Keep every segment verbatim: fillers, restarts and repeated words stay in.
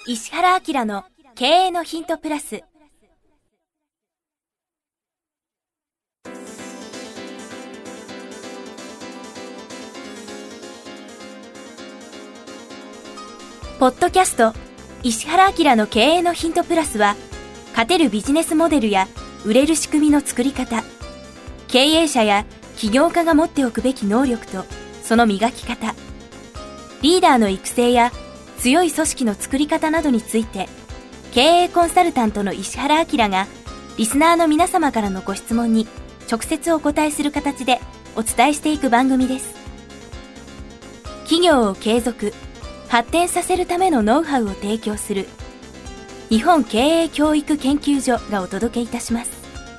石原明の経営のヒントプラス。ポッドキャスト石原明の経営のヒントプラスは、勝てるビジネスモデルや売れる仕組みの作り方、経営者や起業家が持っておくべき能力とその磨き方、リーダーの育成や強い組織の作り方などについて、経営コンサルタントの石原明がリスナーの皆様からのご質問に直接お答えする形でお伝えしていく番組です。企業を継続発展させるためのノウハウを提供する日本経営教育研究所がお届けいたします。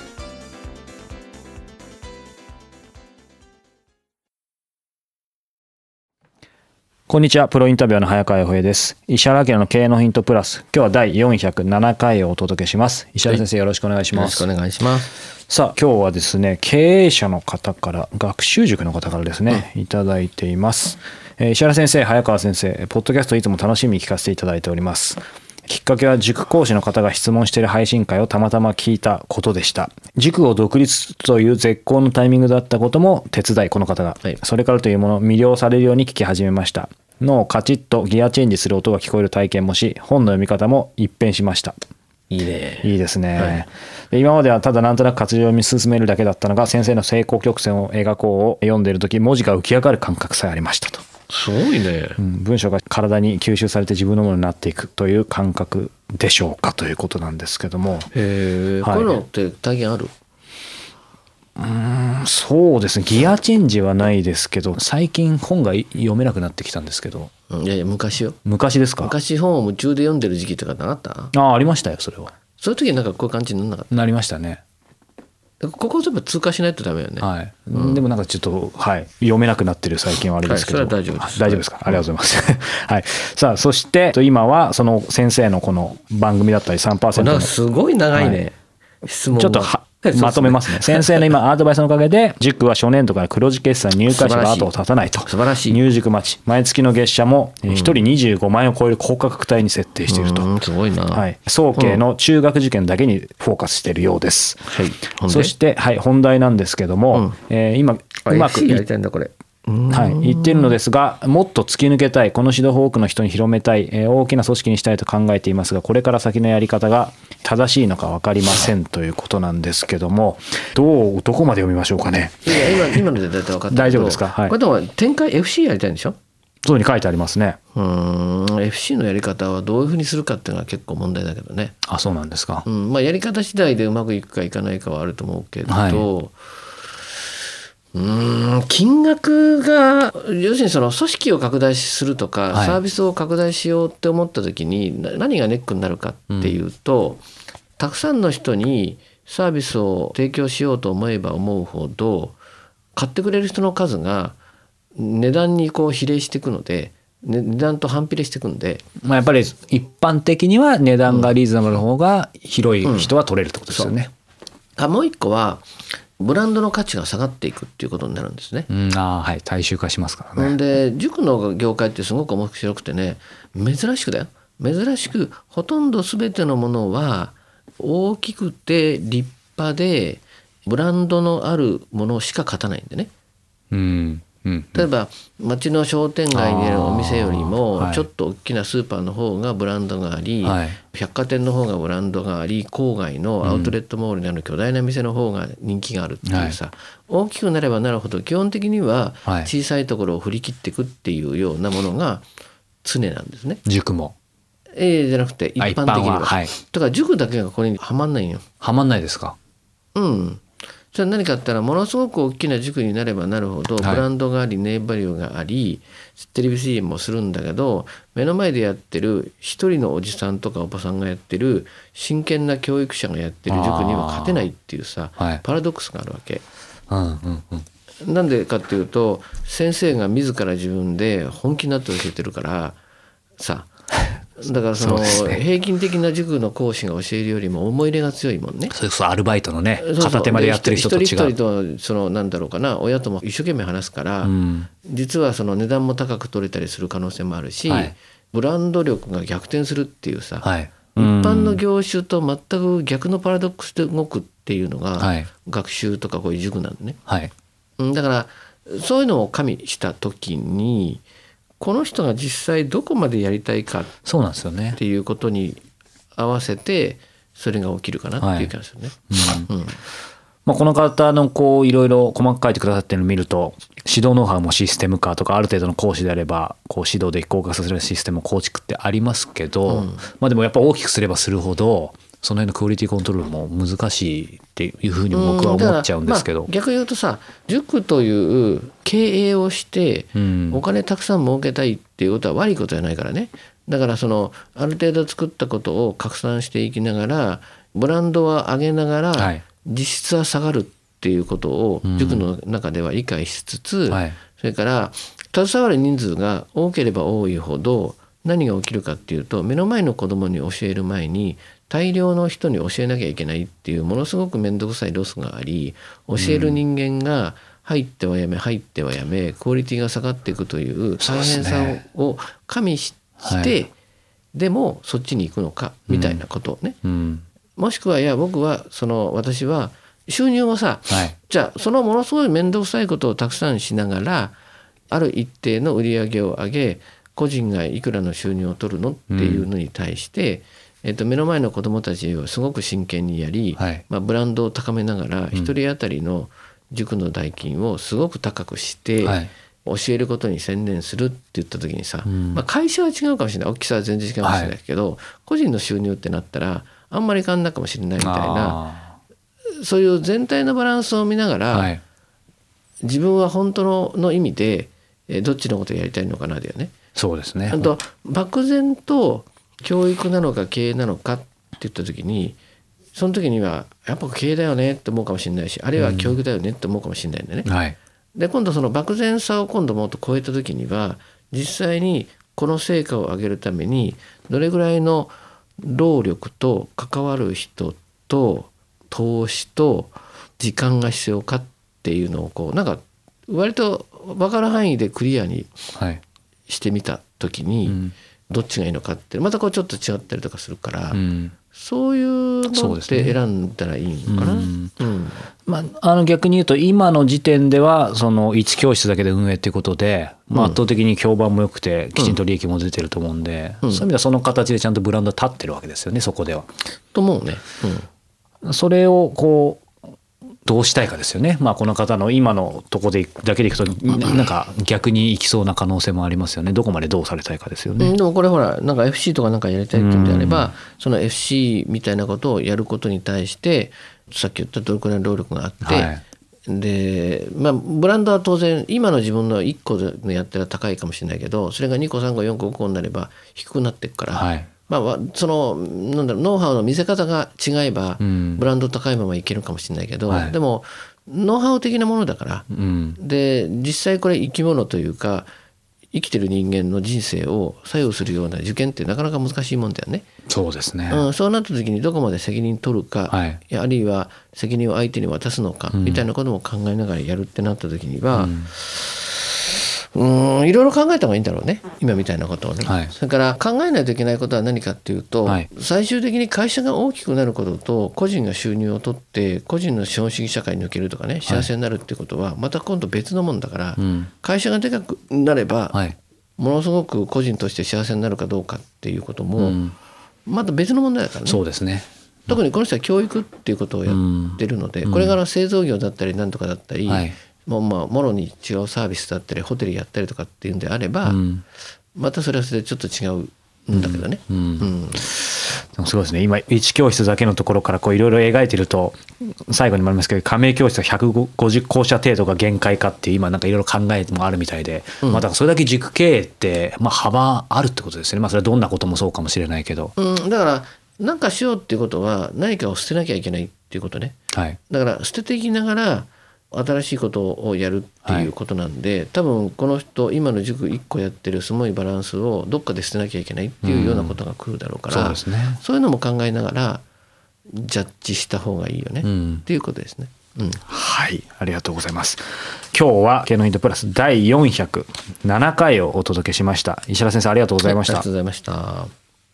こんにちは、プロインタビュアーの早川洋平です。石原明の経営のヒントプラス、今日はだいよんひゃくななかいをお届けします。石原先生、よろしくお願いします。 よろしくお願いします。 さあ、今日はですね、経営者の方から、学習塾の方からですね、うん、いただいています。えー、石原先生、早川先生、ポッドキャストいつも楽しみに聞かせていただいております。きっかけは塾講師の方が質問している配信会をたまたま聞いたことでした。塾を独立という絶好のタイミングだったことも手伝い、この方が、はい、それからというものを魅了されるように聞き始めました。脳をカチッとギアチェンジする音が聞こえる体験もし、本の読み方も一変しました。 いいね。 いいですね。はい、で今まではただなんとなく活字を見進めるだけだったのが、先生の成功曲線を描こうを読んでいるとき、文字が浮き上がる感覚さえありましたと。 すごいね、 うん、文章が体に吸収されて自分のものになっていくという感覚でしょうかということなんですけども。 へえ、はい、こういうのって体験ある？ うーん、そうですね、ギアチェンジはないですけど、最近本が読めなくなってきたんですけど。 いやいや、昔よ。 昔ですか？ 昔本を夢中で読んでる時期とかなかった？ ああ、ありましたよ、それは。 そういう時になんかこういう感じにならなかった？ なりましたね。 ここをやっぱ通過しないとダメよね。 はい、うん、でもなんかちょっと、はい、読めなくなってる最近はあれですけど、 はい、それは大丈夫です。 大丈夫ですか？ありがとうございます。はい、さあ、そして今はその先生のこの番組だったり さんパーセント の、 なんかすごい長いね、はい、質問がちょっとはまとめますね。先生の今アドバイスのおかげで、塾は初年度から黒字決算、入会者が後を絶たないと。 素晴らしい。 入塾待ち、毎月の月謝もひとりにじゅうごまんえんを超える高価格帯に設定していると。 うん、すごいな。 はい、早慶の中学受験だけにフォーカスしているようです。 はい、 そして、はい、本題なんですけども、うんえー、今うまくやりたいんだこれ。 はい、言っているのですが、もっと突き抜けたい、この指導法を多くの人に広めたい、えー、大きな組織にしたいと考えていますが、これから先のやり方が正しいのか分かりませんということなんですけども、どうどこまで読みましょうかね。 いや 今, 今ので大体分かったけど大丈夫ですか？はい、 これでも展開 エフシー やりたいんでしょ？ そういうふうに書いてありますね。 うーん エフシー のやり方はどういうふうにするかっていうのは結構問題だけどね。 あ、そうなんですか。 うんまあ、やり方次第でうまくいくかいかないかはあると思うけど、はい、うーん金額が要するにその組織を拡大するとか、はい、サービスを拡大しようって思った時に何がネックになるかっていうと、うん、たくさんの人にサービスを提供しようと思えば思うほど買ってくれる人の数が値段にこう比例していくので、値段と反比例していくんで、 まあ、やっぱり一般的には値段がリーズナブルの方が広い人は取れるってことですよね。 うんうん、あもう一個はブランドの価値が下がっていくっていうことになるんですね。 うん、あはい、大衆化しますからね。 で塾の業界ってすごく面白くてね、珍しくだよ珍しくほとんど全てのものは大きくて立派でブランドのあるものしか勝たないんでね。 うんうん、 例えば町の商店街にあるお店よりもちょっと大きなスーパーの方がブランドがあり、はい、百貨店の方がブランドがあり、郊外のアウトレットモールにある巨大な店の方が人気があるっていうさ、はい、大きくなればなるほど基本的には小さいところを振り切っていくっていうようなものが常なんですね。 塾もえー、じゃなくて一般的には、はい、だから塾だけがこれにはまんないんよ。 はまんないですか？ うんそれは何かって言ったら、ものすごく大きな塾になればなるほどブランドがありネームバリューがあり、テレビ シーエム もするんだけど、目の前でやってる一人のおじさんとかおばさんがやってる真剣な教育者がやってる塾には勝てないっていうさ、パラドックスがあるわけ。うんうんうん、なんでかっていうと、先生が自ら自分で本気になって教えてるからさ、だからその平均的な塾の講師が教えるよりも思い入れが強いもんね。 それこそアルバイトのね、片手間でやってる人と違う。 一人一人とそのなんだろうかな、親とも一生懸命話すから、うん、実はその値段も高く取れたりする可能性もあるし、はい、 ブランド力が逆転するっていうさ、 はい、 一般の業種と全く逆のパラドックスで動くっていうのが、はい、学習とかこういう塾なんでね、 はい、 だからそういうのを加味した時にこの人が実際どこまでやりたいかっていうことに合わせてそれが起きるかなっていう気がするね。 はい、うんうん、まあ、この方のこういろいろ細かく書いてくださってるのを見ると指導ノウハウもシステム化とかある程度の講師であればこう指導で一行化させるシステム構築ってありますけど、うん、まあでもやっぱ大きくすればするほどその辺のクオリティコントロールも難しいっていうふうに僕は思っちゃうんですけど、 まあ、逆に言うとさ塾という経営をしてお金たくさん儲けたいっていうことは悪いことじゃないからね。だからそのある程度作ったことを拡散していきながらブランドは上げながら、はい、実質は下がるっていうことを塾の中では理解しつつ、うんはい、それから携わる人数が多ければ多いほど何が起きるかっていうと目の前の子どもに教える前に大量の人に教えなきゃいけないっていうものすごく面倒くさいロスがあり教える人間が入ってはやめ入ってはやめクオリティが下がっていくという大変さを加味して、はい、でもそっちに行くのかみたいなことをね、うんうん、もしくはいや僕はその私は収入をさ、はい、じゃあそのものすごい面倒くさいことをたくさんしながらある一定の売り上げを上げ個人がいくらの収入を取るのっていうのに対して、うんえっと、目の前の子どもたちをすごく真剣にやり、はいまあ、ブランドを高めながらひとり当たりの塾の代金をすごく高くして、はい、教えることに専念するって言った時にさ、うんまあ、会社は違うかもしれない大きさは全然違うかもしれないけど、はい、個人の収入ってなったらあんまり変わんないかもしれないみたいなそういう全体のバランスを見ながら、はい、自分は本当 の, の意味でどっちのことをやりたいのかなだよね。 そうですね。 あと漠然と教育なのか経営なのかって言った時にその時にはやっぱ経営だよねって思うかもしれないしあるいは教育だよねって思うかもしれないんだよね、うんはい、で今度その漠然さを今度もっと超えた時には実際にこの成果を上げるためにどれぐらいの労力と関わる人と投資と時間が必要かっていうのをこうなんか割と分かる範囲でクリアにしてみた時に、はいうんどっちがいいのかってまたこうちょっと違ったりとかするから、うん、そういうのって選んだらいいのかな。うんうんまあ、あの逆に言うと今の時点ではそのいち教室だけで運営っていうことで、まあ、圧倒的に評判も良くてきちんと利益も出てると思うんで、うん、そういう意味ではその形でちゃんとブランド立ってるわけですよねそこでは。 と思うね。 うん、それをこうどうしたいかですよね。まあこの方の今のとこでだけでいくとなんか逆にいきそうな可能性もありますよね。どこまでどうされたいかですよね。 うん、でもこれほらなんか エフシー とかなんかやりたいっていうんであれば、うん、その エフシー みたいなことをやることに対してさっき言ったどれくらいの労力があって、はい、でまあブランドは当然今の自分のいっこのやってる高いかもしれないけどそれがにこさんこよんこごこになれば低くなっていくから。はいまあ、そのなんだろうノウハウの見せ方が違えばブランド高いままいけるかもしれないけど、うんはい、でもノウハウ的なものだから、うん、で実際これ生き物というか生きてる人間の人生を左右するような受験ってなかなか難しいもんだよね。 そうですね、 うん、そうなった時にどこまで責任取るか、はい、あるいは責任を相手に渡すのか、うん、みたいなことも考えながらやるってなった時には、うんうんいろいろ考えた方がいいんだろうね今みたいなことをね、はい、それから考えないといけないことは何かっていうと、はい、最終的に会社が大きくなることと個人が収入を取って個人の資本主義社会におけるとかね幸せになるっていうことはまた今度別のもんだから、はい、会社がでかくなれば、はい、ものすごく個人として幸せになるかどうかっていうことも、うん、また別の問題だからね。 そうですね。 特にこの人は教育っていうことをやってるので、うん、これから製造業だったりなんとかだったり、はいもうまあもろに違うサービスだったりホテルやったりとかっていうんであれば、うん、またそれはそれでちょっと違うんだけどね、うんうんうん、でもすごいですね。今いち教室だけのところからいろいろ描いてると最後にもありますけど加盟教室はひゃくごじゅっこうしゃ程度が限界かっていう今なんかいろいろ考えもあるみたいで、うんまあ、だからそれだけ塾経営ってまあ幅あるってことですよね。まあそれはどんなこともそうかもしれないけど、 うん、だから何かしようっていうことは何かを捨てなきゃいけないっていうことね、はい、だから捨てていきながら新しいことをやるっていうことなんで、はい、多分この人今の塾いっこやってるすごいバランスをどっかで捨てなきゃいけないっていうようなことが来るだろうから、うん そうですね、そういうのも考えながらジャッジした方がいいよね、うん、っていうことですね。 うん、 はい、ありがとうございます。今日は経営のヒントプラスだいよんひゃくななかいをお届けしました。石原先生、ありがとうございました。 はい、ありがとうございました。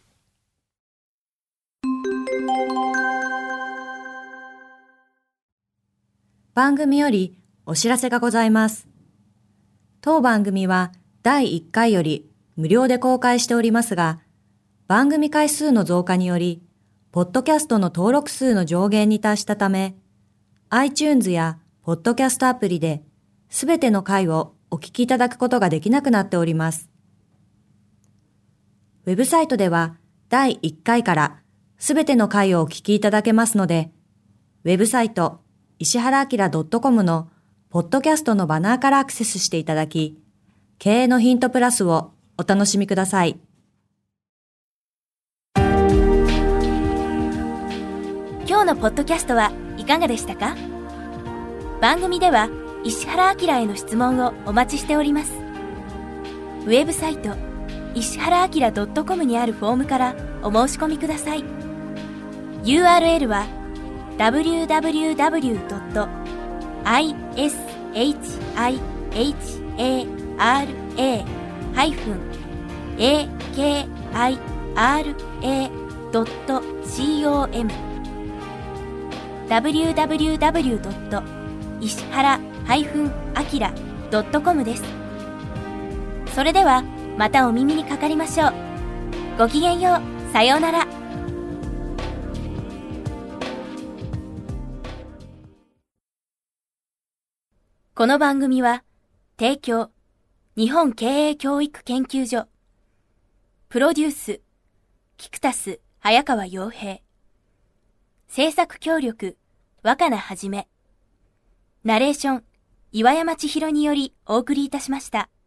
番組よりお知らせがございます。当番組はだいいっかいより無料で公開しておりますが、番組回数の増加により、ポッドキャストの登録数の上限に達したため、iTunes やポッドキャストアプリで、すべての回をお聞きいただくことができなくなっております。ウェブサイトではだいいっかいからすべての回をお聞きいただけますので、ウェブサイト石原明 .com のポッドキャストのバナーからアクセスしていただき、経営のヒントプラスをお楽しみください。 今日のポッドキャストはいかがでしたか？番組では石原明への質問をお待ちしております。ウェブサイト石原明 .com にあるフォームからお申し込みください。 ユーアールエル は ダブリューダブリューダブリュードットアイエスエイチアイエイチエーアールエー ハイフン エーケーアイアールエー ドット コム ダブリューダブリューダブリュー ドット 石原 アキラ ドット コム です。それではまたお耳にかかりましょう。ごきげんよう。さようなら。この番組は提供日本経営教育研究所、プロデュースキクタス早川洋平、制作協力若菜はじめ、ナレーション岩山千尋によりお送りいたしました。